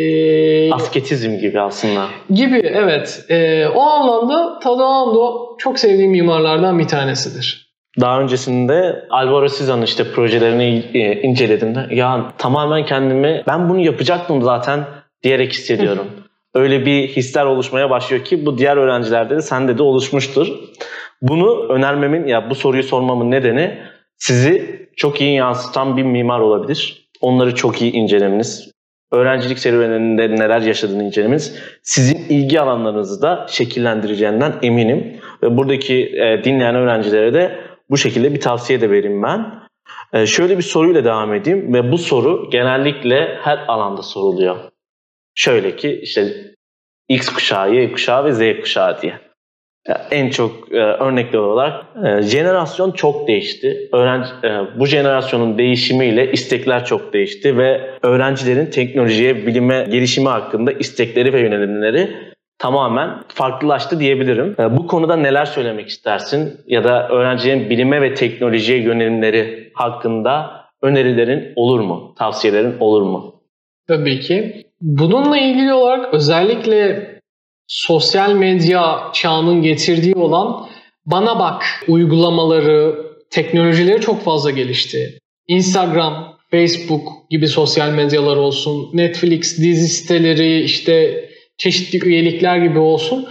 Asketizm gibi aslında. Gibi evet. O anlamda Tadao Ando çok sevdiğim mimarlardan bir tanesidir. Daha öncesinde Alvaro Siza'nın işte projelerini incelediğimde ya tamamen kendimi ben bunu yapacaktım zaten diyerek hissediyorum. Öyle bir hisler oluşmaya başlıyor ki bu diğer öğrencilerde de sende de oluşmuştur. Bunu önermemin ya bu soruyu sormamın nedeni sizi çok iyi yansıtan bir mimar olabilir. Onları çok iyi incelemeniz, öğrencilik serüveninde neler yaşadığını incelemeniz sizin ilgi alanlarınızı da şekillendireceğinden eminim. Ve buradaki dinleyen öğrencilere de bu şekilde bir tavsiye de vereyim ben. Şöyle bir soruyla devam edeyim ve bu soru genellikle her alanda soruluyor. Şöyle ki işte X kuşağı, Y kuşağı ve Z kuşağı diye. En çok örnekler olarak jenerasyon çok değişti. Bu jenerasyonun değişimiyle istekler çok değişti ve öğrencilerin teknolojiye, bilime, gelişimi hakkında istekleri ve yönelimleri tamamen farklılaştı diyebilirim. Bu konuda neler söylemek istersin? Ya da öğrencilerin bilime ve teknolojiye yönelimleri hakkında önerilerin olur mu? Tavsiyelerin olur mu? Tabii ki. Bununla ilgili olarak özellikle sosyal medya çağının getirdiği olan Bana Bak uygulamaları, teknolojileri çok fazla gelişti. Instagram, Facebook gibi sosyal medyalar olsun, Netflix dizi siteleri, işte çeşitli üyelikler gibi olsun.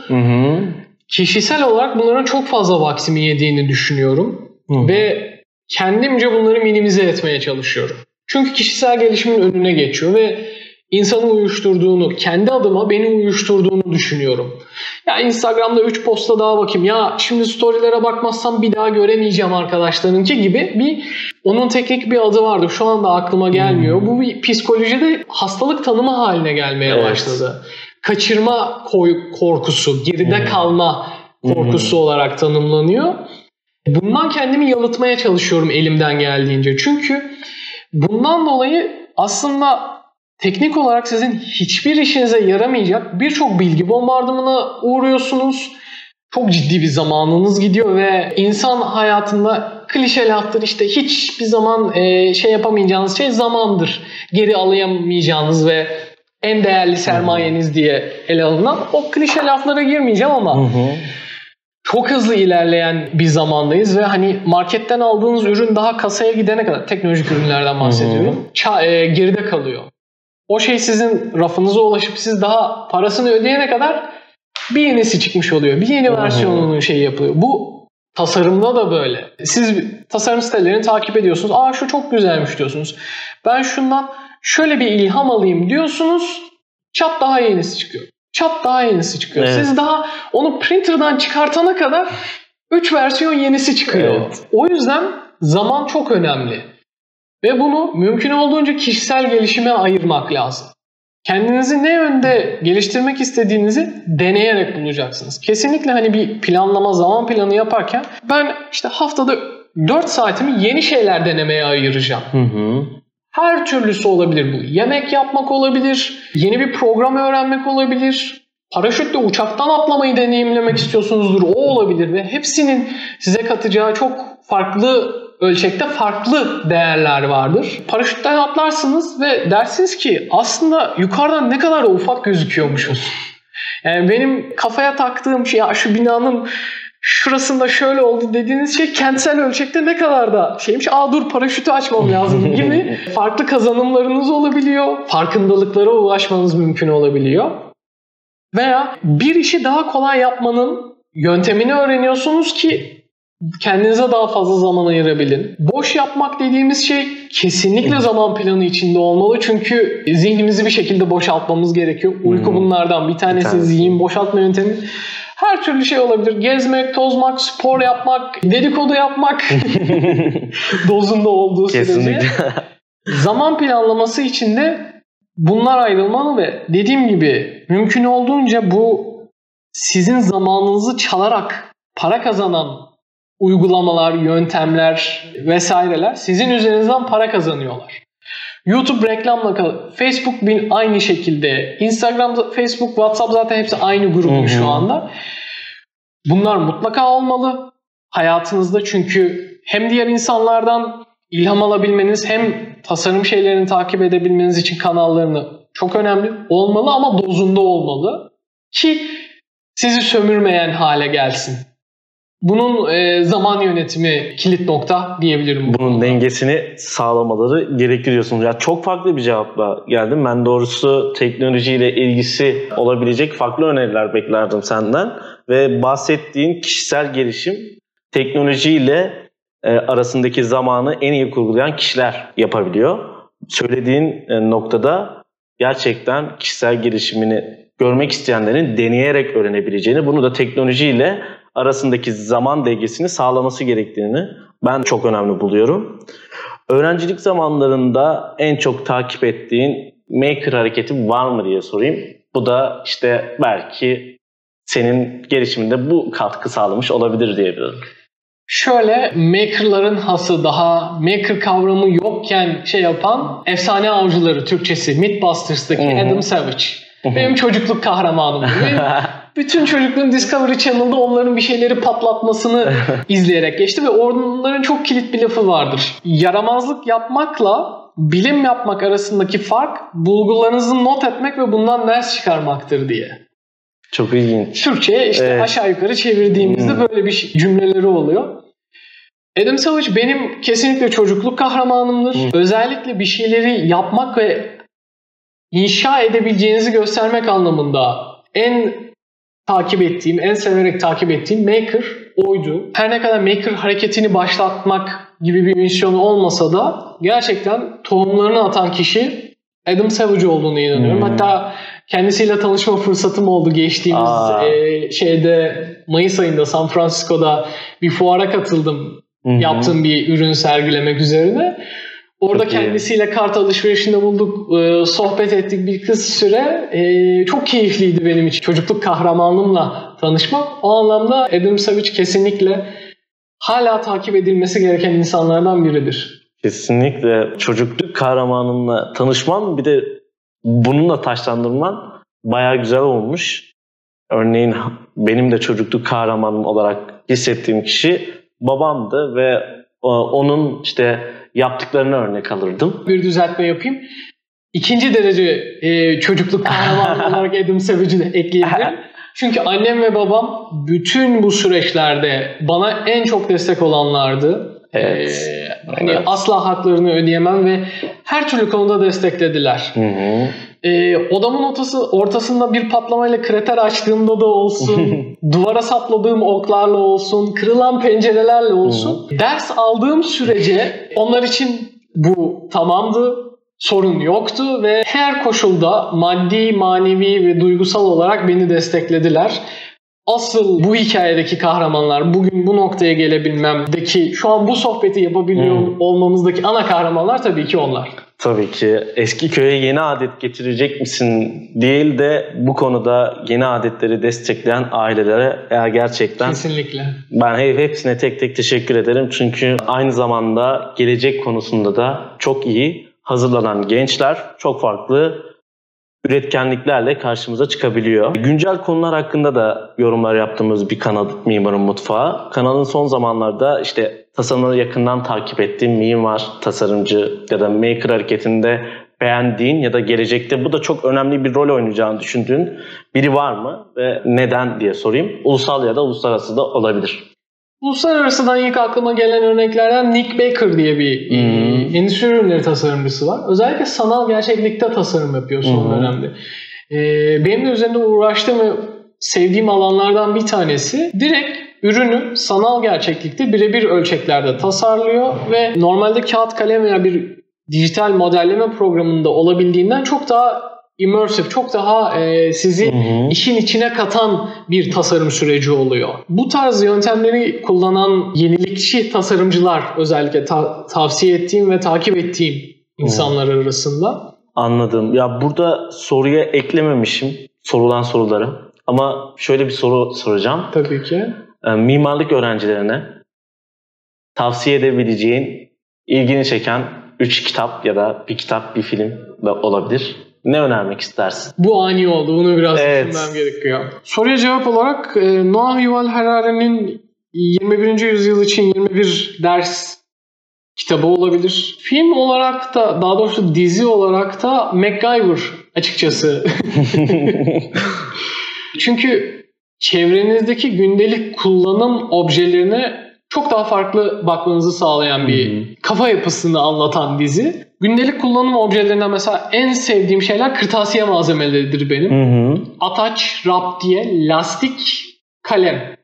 Kişisel olarak bunların çok fazla vaktimi yediğini düşünüyorum. Ve kendimce bunları minimize etmeye çalışıyorum. Çünkü kişisel gelişimin önüne geçiyor ve insanı uyuşturduğunu, kendi adıma beni uyuşturduğunu düşünüyorum. Ya Instagram'da 3 posta daha bakayım. Ya şimdi storylere bakmazsam bir daha göremeyeceğim arkadaşlarınki gibi onun teknik bir adı vardı. Şu anda aklıma gelmiyor. Bu bir psikolojide hastalık tanımı haline gelmeye başladı. Kaçırma korkusu, geride kalma korkusu olarak tanımlanıyor. Bundan kendimi yalıtmaya çalışıyorum elimden geldiğince. Çünkü bundan dolayı aslında teknik olarak sizin hiçbir işinize yaramayacak birçok bilgi bombardımına uğruyorsunuz. Çok ciddi bir zamanınız gidiyor ve insan hayatında klişe laftır işte hiçbir zaman şey yapamayacağınız şey zamandır. Geri alayamayacağınız ve en değerli sermayeniz diye ele alınan o klişe laflara girmeyeceğim ama çok hızlı ilerleyen bir zamandayız ve hani marketten aldığınız ürün daha kasaya gidene kadar teknolojik ürünlerden bahsediyorum. Geride kalıyor. O şey sizin rafınıza ulaşıp siz daha parasını ödeyene kadar bir yenisi çıkmış oluyor. Bir yeni versiyonunun şeyi yapılıyor. Bu tasarımda da böyle. Siz tasarım sitelerini takip ediyorsunuz. Aa şu çok güzelmiş diyorsunuz. Ben şundan şöyle bir ilham alayım diyorsunuz. Çat daha yenisi çıkıyor. Çat daha yenisi çıkıyor. Evet. Siz daha onu printer'dan çıkartana kadar 3 versiyon yenisi çıkıyor. Evet. O yüzden zaman çok önemli. Ve bunu mümkün olduğunca kişisel gelişime ayırmak lazım. Kendinizi ne yönde geliştirmek istediğinizi deneyerek bulacaksınız. Kesinlikle hani bir planlama, zaman planı yaparken ben işte haftada 4 saatimi yeni şeyler denemeye ayıracağım. Her türlüsü olabilir bu. Yemek yapmak olabilir, yeni bir program öğrenmek olabilir, paraşütle uçaktan atlamayı deneyimlemek istiyorsunuzdur, o olabilir ve hepsinin size katacağı çok farklı ölçekte farklı değerler vardır. Paraşütten atlarsınız ve dersiniz ki aslında yukarıdan ne kadar da ufak gözüküyormuşuz. Yani benim kafaya taktığım şey ya şu binanın şurasında şöyle oldu dediğiniz şey kentsel ölçekte ne kadar da şeymiş. Dur paraşütü açmam lazım gibi farklı kazanımlarınız olabiliyor. Farkındalıklara ulaşmanız mümkün olabiliyor. Veya bir işi daha kolay yapmanın yöntemini öğreniyorsunuz ki kendinize daha fazla zaman ayırabilin. Boş yapmak dediğimiz şey kesinlikle zaman planı içinde olmalı. Çünkü zihnimizi bir şekilde boşaltmamız gerekiyor. Uyku bunlardan bir tanesi. Zihin boşaltma yöntemi. Her türlü şey olabilir. Gezmek, tozmak, spor yapmak, dedikodu yapmak dozunda olduğu sürece. Zaman planlaması için de bunlar ayrılmalı ve dediğim gibi mümkün olduğunca bu sizin zamanınızı çalarak para kazanan uygulamalar, yöntemler vesaireler sizin üzerinizden para kazanıyorlar. YouTube reklamla Facebook aynı şekilde. Instagram, Facebook, WhatsApp zaten hepsi aynı grubun şu anda. Bunlar mutlaka olmalı hayatınızda çünkü hem diğer insanlardan ilham alabilmeniz hem tasarım şeylerini takip edebilmeniz için kanallarını çok önemli olmalı ama dozunda olmalı ki sizi sömürmeyen hale gelsin. Bunun zaman yönetimi kilit nokta diyebilirim. Bunun dengesini sağlamaları gerekir diyorsunuz. Ya çok farklı bir cevapla geldim. Ben doğrusu teknolojiyle ilgisi olabilecek farklı öneriler beklerdim senden. Ve bahsettiğin kişisel gelişim teknolojiyle arasındaki zamanı en iyi kurgulayan kişiler yapabiliyor. Söylediğin noktada gerçekten kişisel gelişimini görmek isteyenlerin deneyerek öğrenebileceğini, bunu da teknolojiyle arasındaki zaman dengesini sağlaması gerektiğini ben çok önemli buluyorum. Öğrencilik zamanlarında en çok takip ettiğin maker hareketi var mı diye sorayım. Bu da işte belki senin gelişiminde bu katkı sağlamış olabilir diyebilirim. Şöyle, makerların hası, daha maker kavramı yokken yapan efsane avcıları Türkçesi Mythbusters'taki Adam Savage. Benim çocukluk kahramanım. Bütün çocukluğum Discovery Channel'da onların bir şeyleri patlatmasını izleyerek geçti ve onların çok kilit bir lafı vardır. Yaramazlık yapmakla bilim yapmak arasındaki fark bulgularınızı not etmek ve bundan ders çıkarmaktır diye. Çok ilginç. Türkçe'ye aşağı yukarı çevirdiğimizde böyle bir cümleleri oluyor. Adam Savage benim kesinlikle çocukluk kahramanımdır. Özellikle bir şeyleri yapmak ve inşa edebileceğinizi göstermek anlamında en severek takip ettiğim maker oydu. Her ne kadar maker hareketini başlatmak gibi bir misyonu olmasa da gerçekten tohumlarını atan kişi Adam Savage olduğunu inanıyorum. Hatta kendisiyle tanışma fırsatım oldu geçtiğimiz Mayıs ayında San Francisco'da bir fuara katıldım. Yaptığım bir ürün sergilemek üzerine. Orada kendisiyle kart alışverişinde bulduk, sohbet ettik bir kısa süre. Çok keyifliydi benim için. Çocukluk kahramanımla tanışmak. O anlamda Adam Savage kesinlikle hala takip edilmesi gereken insanlardan biridir. Kesinlikle çocukluk kahramanımla tanışmam, bir de bununla taşlandırman bayağı güzel olmuş. Örneğin benim de çocukluk kahramanım olarak hissettiğim kişi babamdı ve onun yaptıklarını örnek alırdım. Bir düzeltme yapayım. İkinci derece çocukluk kahramanı olarak Adam Savage'i de ekleyebilirim. Çünkü annem ve babam bütün bu süreçlerde bana en çok destek olanlardı. Evet. Asla haklarını ödeyemem ve her türlü konuda desteklediler. Odamın ortasında bir patlamayla krater açtığımda da olsun, duvara sapladığım oklarla olsun, kırılan pencerelerle olsun, ders aldığım sürece onlar için bu tamamdı, sorun yoktu ve her koşulda maddi, manevi ve duygusal olarak beni desteklediler. Asıl bu hikayedeki kahramanlar, bugün bu noktaya gelebilmemdeki, şu an bu sohbeti yapabiliyor olmamızdaki ana kahramanlar tabii ki onlar. Tabii ki. Eski köye yeni adet getirecek misin değil de bu konuda yeni adetleri destekleyen ailelere gerçekten kesinlikle ben hepsine tek tek teşekkür ederim. Çünkü aynı zamanda gelecek konusunda da çok iyi hazırlanan gençler çok farklı üretkenliklerle karşımıza çıkabiliyor. Güncel konular hakkında da yorumlar yaptığımız bir kanal Mimarın Mutfağı. Kanalın son zamanlarda tasarımları yakından takip ettiğim mimar, tasarımcı ya da maker hareketinde beğendiğin ya da gelecekte bu da çok önemli bir rol oynayacağını düşündüğün biri var mı ve neden diye sorayım. Ulusal ya da uluslararası da olabilir. Uluslararasıdan ilk aklıma gelen örneklerden Nick Baker diye bir endüstri ürünleri tasarımcısı var. Özellikle sanal gerçeklikte tasarım yapıyor son dönemde. Benim de üzerinde uğraştığım ve sevdiğim alanlardan bir tanesi. Direkt ürünü sanal gerçeklikte birebir ölçeklerde tasarlıyor ve normalde kağıt kalem veya bir dijital modelleme programında olabildiğinden çok daha immersive, çok daha sizi işin içine katan bir tasarım süreci oluyor. Bu tarz yöntemleri kullanan yenilikçi tasarımcılar özellikle tavsiye ettiğim ve takip ettiğim insanlar arasında. Anladım. Ya burada soruya eklememişim sorulan soruları. Ama şöyle bir soru soracağım. Tabii ki. Mimarlık öğrencilerine tavsiye edebileceğin, ilgini çeken 3 kitap ya da bir kitap, bir film de olabilir. Ne önermek istersin? Bu ani oldu. Bunu biraz düşünmem gerekiyor. Soruya cevap olarak Noah Yuval Harari'nin 21. yüzyıl için 21 ders kitabı olabilir. Film olarak da, daha doğrusu dizi olarak da MacGyver açıkçası. Çünkü çevrenizdeki gündelik kullanım objelerine çok daha farklı bakmanızı sağlayan bir kafa yapısını anlatan dizi. Gündelik kullanım objelerinden mesela en sevdiğim şeyler kırtasiye malzemeleridir benim. Ataç, raptiye, lastik, kalem.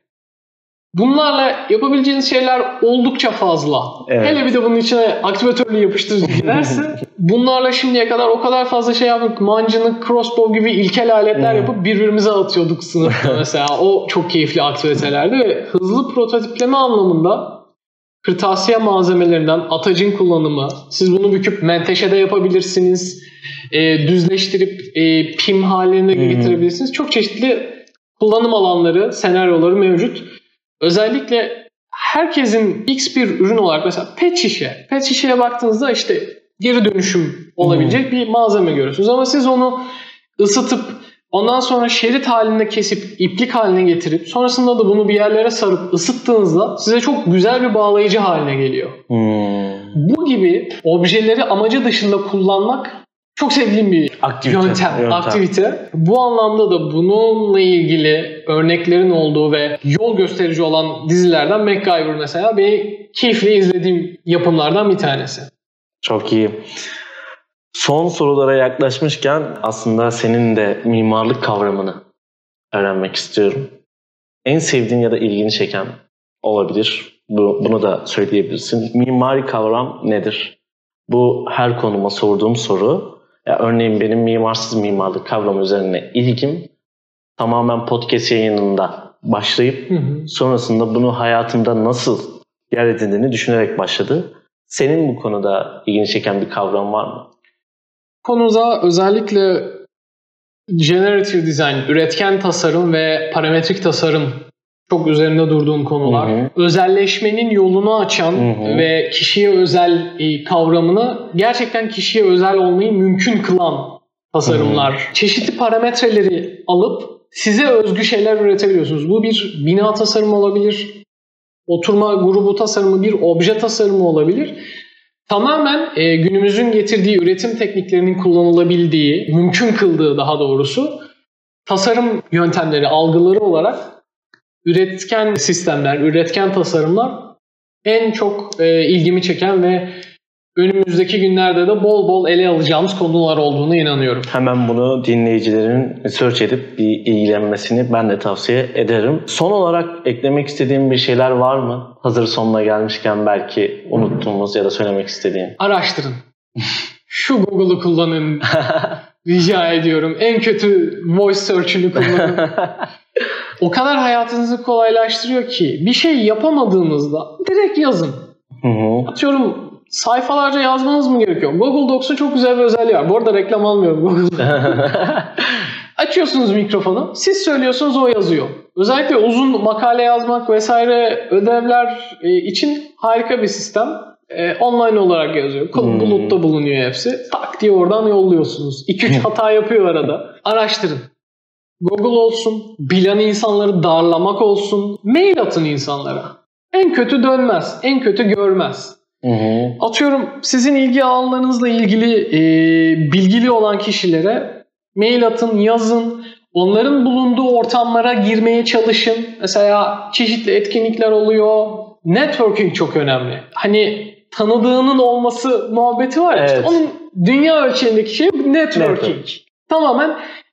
Bunlarla yapabileceğiniz şeyler oldukça fazla. Evet. Hele bir de bunun içine aktivatörlü yapıştırıcı girerse bunlarla şimdiye kadar o kadar fazla şey yaptık. Mancınık, crossbow gibi ilkel aletler yapıp birbirimize atıyorduk sınıfta mesela. O çok keyifli aktivitelerdi ve hızlı prototipleme anlamında kırtasiye malzemelerinden atacın kullanımı. Siz bunu büküp menteşede yapabilirsiniz. Düzleştirip pim haline getirebilirsiniz. Çok çeşitli kullanım alanları, senaryoları mevcut. Özellikle herkesin X bir ürün olarak mesela pet şişe. Pet şişeye baktığınızda işte geri dönüşüm olabilecek bir malzeme görüyorsunuz. Ama siz onu ısıtıp ondan sonra şerit halinde kesip iplik haline getirip sonrasında da bunu bir yerlere sarıp ısıttığınızda size çok güzel bir bağlayıcı haline geliyor. Bu gibi objeleri amacı dışında kullanmak çok sevdiğim bir yöntem, aktivite. Bu anlamda da bununla ilgili örneklerin olduğu ve yol gösterici olan dizilerden MacGyver mesela benim keyifle izlediğim yapımlardan bir tanesi. Çok iyi. Son sorulara yaklaşmışken aslında senin de mimarlık kavramını öğrenmek istiyorum. En sevdiğin ya da ilgini çeken olabilir. Bunu da söyleyebilirsin. Mimari kavram nedir? Bu her konuma sorduğum soru. Ya örneğin benim mimarsız mimarlık kavramı üzerine ilgim tamamen podcast yayınında başlayıp sonrasında bunu hayatımda nasıl yer edindiğini düşünerek başladı. Senin bu konuda ilgini çeken bir kavram var mı? Konuda özellikle generative design, üretken tasarım ve parametrik tasarım çok üzerinde durduğum konular. Özelleşmenin yolunu açan ve kişiye özel kavramını gerçekten kişiye özel olmayı mümkün kılan tasarımlar. Çeşitli parametreleri alıp size özgü şeyler üretebiliyorsunuz. Bu bir bina tasarımı olabilir, oturma grubu tasarımı, bir obje tasarımı olabilir. Tamamen günümüzün getirdiği üretim tekniklerinin kullanılabildiği, mümkün kıldığı daha doğrusu tasarım yöntemleri, algıları olarak üretken sistemler, üretken tasarımlar en çok ilgimi çeken ve önümüzdeki günlerde de bol bol ele alacağımız konular olduğuna inanıyorum. Hemen bunu dinleyicilerin search edip bir ilgilenmesini ben de tavsiye ederim. Son olarak eklemek istediğim bir şeyler var mı? Hazır sonuna gelmişken belki unuttuğumuz ya da söylemek istediğin. Araştırın. Şu Google'u kullanın. Rica ediyorum. En kötü voice search'ünü kullanın. O kadar hayatınızı kolaylaştırıyor ki bir şey yapamadığınızda direkt yazın. Atıyorum sayfalarca yazmanız mı gerekiyor? Google Docs'un çok güzel bir özelliği var. Bu arada reklam almıyorum Google'da. Açıyorsunuz mikrofonu. Siz söylüyorsunuz, o yazıyor. Özellikle uzun makale yazmak vesaire ödevler için harika bir sistem. Online olarak yazıyor. Bulutta bulunuyor hepsi. Tak diye oradan yolluyorsunuz. 2-3 hata yapıyor arada. Araştırın. Google olsun, bilen insanları darlamak olsun, mail atın insanlara. En kötü dönmez, en kötü görmez. Atıyorum sizin ilgi alanlarınızla ilgili bilgili olan kişilere mail atın, yazın. Onların bulunduğu ortamlara girmeye çalışın. Mesela çeşitli etkinlikler oluyor. Networking çok önemli. Hani tanıdığının olması muhabbeti var ya. Evet. İşte onun dünya ölçeğindeki şey networking. Tamamen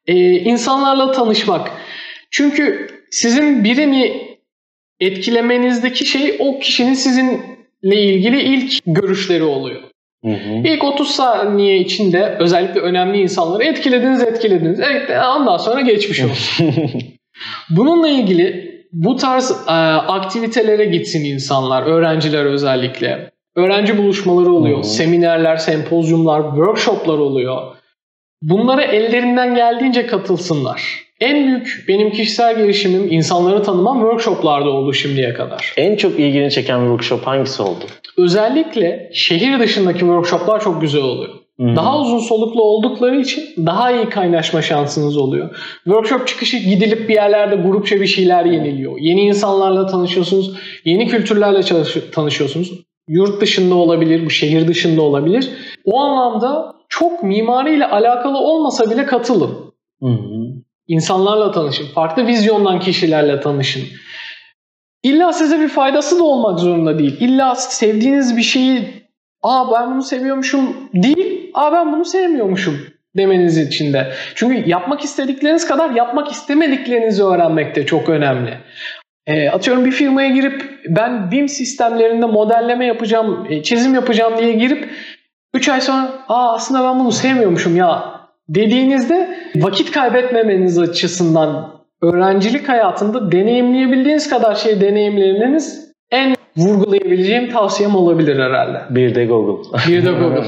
insanlarla tanışmak. Çünkü sizin birini etkilemenizdeki şey o kişinin sizinle ilgili ilk görüşleri oluyor. İlk 30 saniye içinde özellikle önemli insanları etkilediniz. Evet, ondan sonra geçmiş olsun. Bununla ilgili bu tarz aktivitelere gitsin insanlar, öğrenciler özellikle. Öğrenci buluşmaları oluyor, seminerler, sempozyumlar, workshoplar oluyor. Bunlara ellerinden geldiğince katılsınlar. En büyük benim kişisel gelişimim insanları tanımam workshoplarda oldu şimdiye kadar. En çok ilgini çeken workshop hangisi oldu? Özellikle şehir dışındaki workshoplar çok güzel oluyor. Daha uzun soluklu oldukları için daha iyi kaynaşma şansınız oluyor. Workshop çıkışı gidilip bir yerlerde grupça bir şeyler yeniliyor. Yeni insanlarla tanışıyorsunuz, yeni kültürlerle tanışıyorsunuz. Yurt dışında olabilir, bu şehir dışında olabilir. O anlamda çok mimariyle alakalı olmasa bile katılın. İnsanlarla tanışın, farklı vizyondan kişilerle tanışın. İlla size bir faydası da olmak zorunda değil. İlla sevdiğiniz bir şeyi ben bunu seviyormuşum değil, ben bunu sevmiyormuşum demeniz için de. Çünkü yapmak istedikleriniz kadar yapmak istemediklerinizi öğrenmek de çok önemli. Atıyorum bir firmaya girip ben BIM sistemlerinde modelleme yapacağım, çizim yapacağım diye girip 3 ay sonra aslında ben bunu sevmiyormuşum ya dediğinizde vakit kaybetmemeniz açısından öğrencilik hayatında deneyimleyebildiğiniz kadar şey deneyimlemeniz en vurgulayabileceğim tavsiyem olabilir herhalde. Bir de Google. Bir de Google.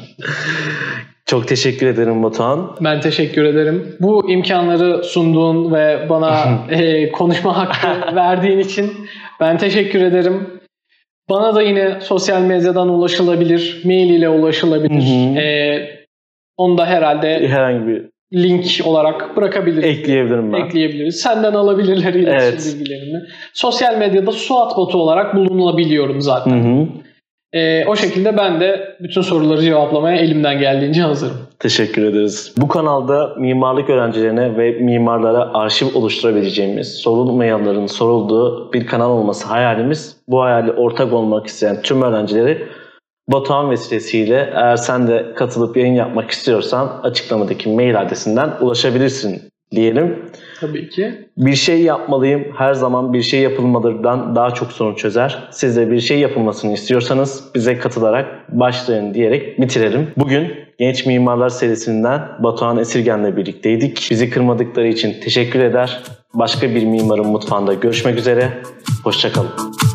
Çok teşekkür ederim Batuhan. Ben teşekkür ederim. Bu imkanları sunduğun ve bana konuşma hakkı verdiğin için ben teşekkür ederim. Bana da yine sosyal medyadan ulaşılabilir, mail ile ulaşılabilir. Onu da herhalde herhangi bir link olarak bırakabiliriz. Ekleyebilirim ben. Ekleyebiliriz. Senden alabilirler iletişim bilgilerini. Sosyal medyada Suat Batu olarak bulunabiliyorum zaten. O şekilde ben de bütün soruları cevaplamaya elimden geldiğince hazırım. Teşekkür ederiz. Bu kanalda mimarlık öğrencilerine ve mimarlara arşiv oluşturabileceğimiz, sorulmayanların sorulduğu bir kanal olması hayalimiz. Bu hayali ortak olmak isteyen tüm öğrencileri Batuhan vesilesiyle eğer sen de katılıp yayın yapmak istiyorsan açıklamadaki mail adresinden ulaşabilirsin diyelim. Tabii ki. Bir şey yapmalıyım, her zaman bir şey yapılmalıdan daha çok sorun çözer. Siz de bir şey yapılmasını istiyorsanız bize katılarak başlayın diyerek bitirelim. Bugün Genç Mimarlar serisinden Batuhan Esirgen'le birlikteydik. Bizi kırmadıkları için teşekkür eder. Başka bir mimarın mutfağında görüşmek üzere. Hoşça kalın.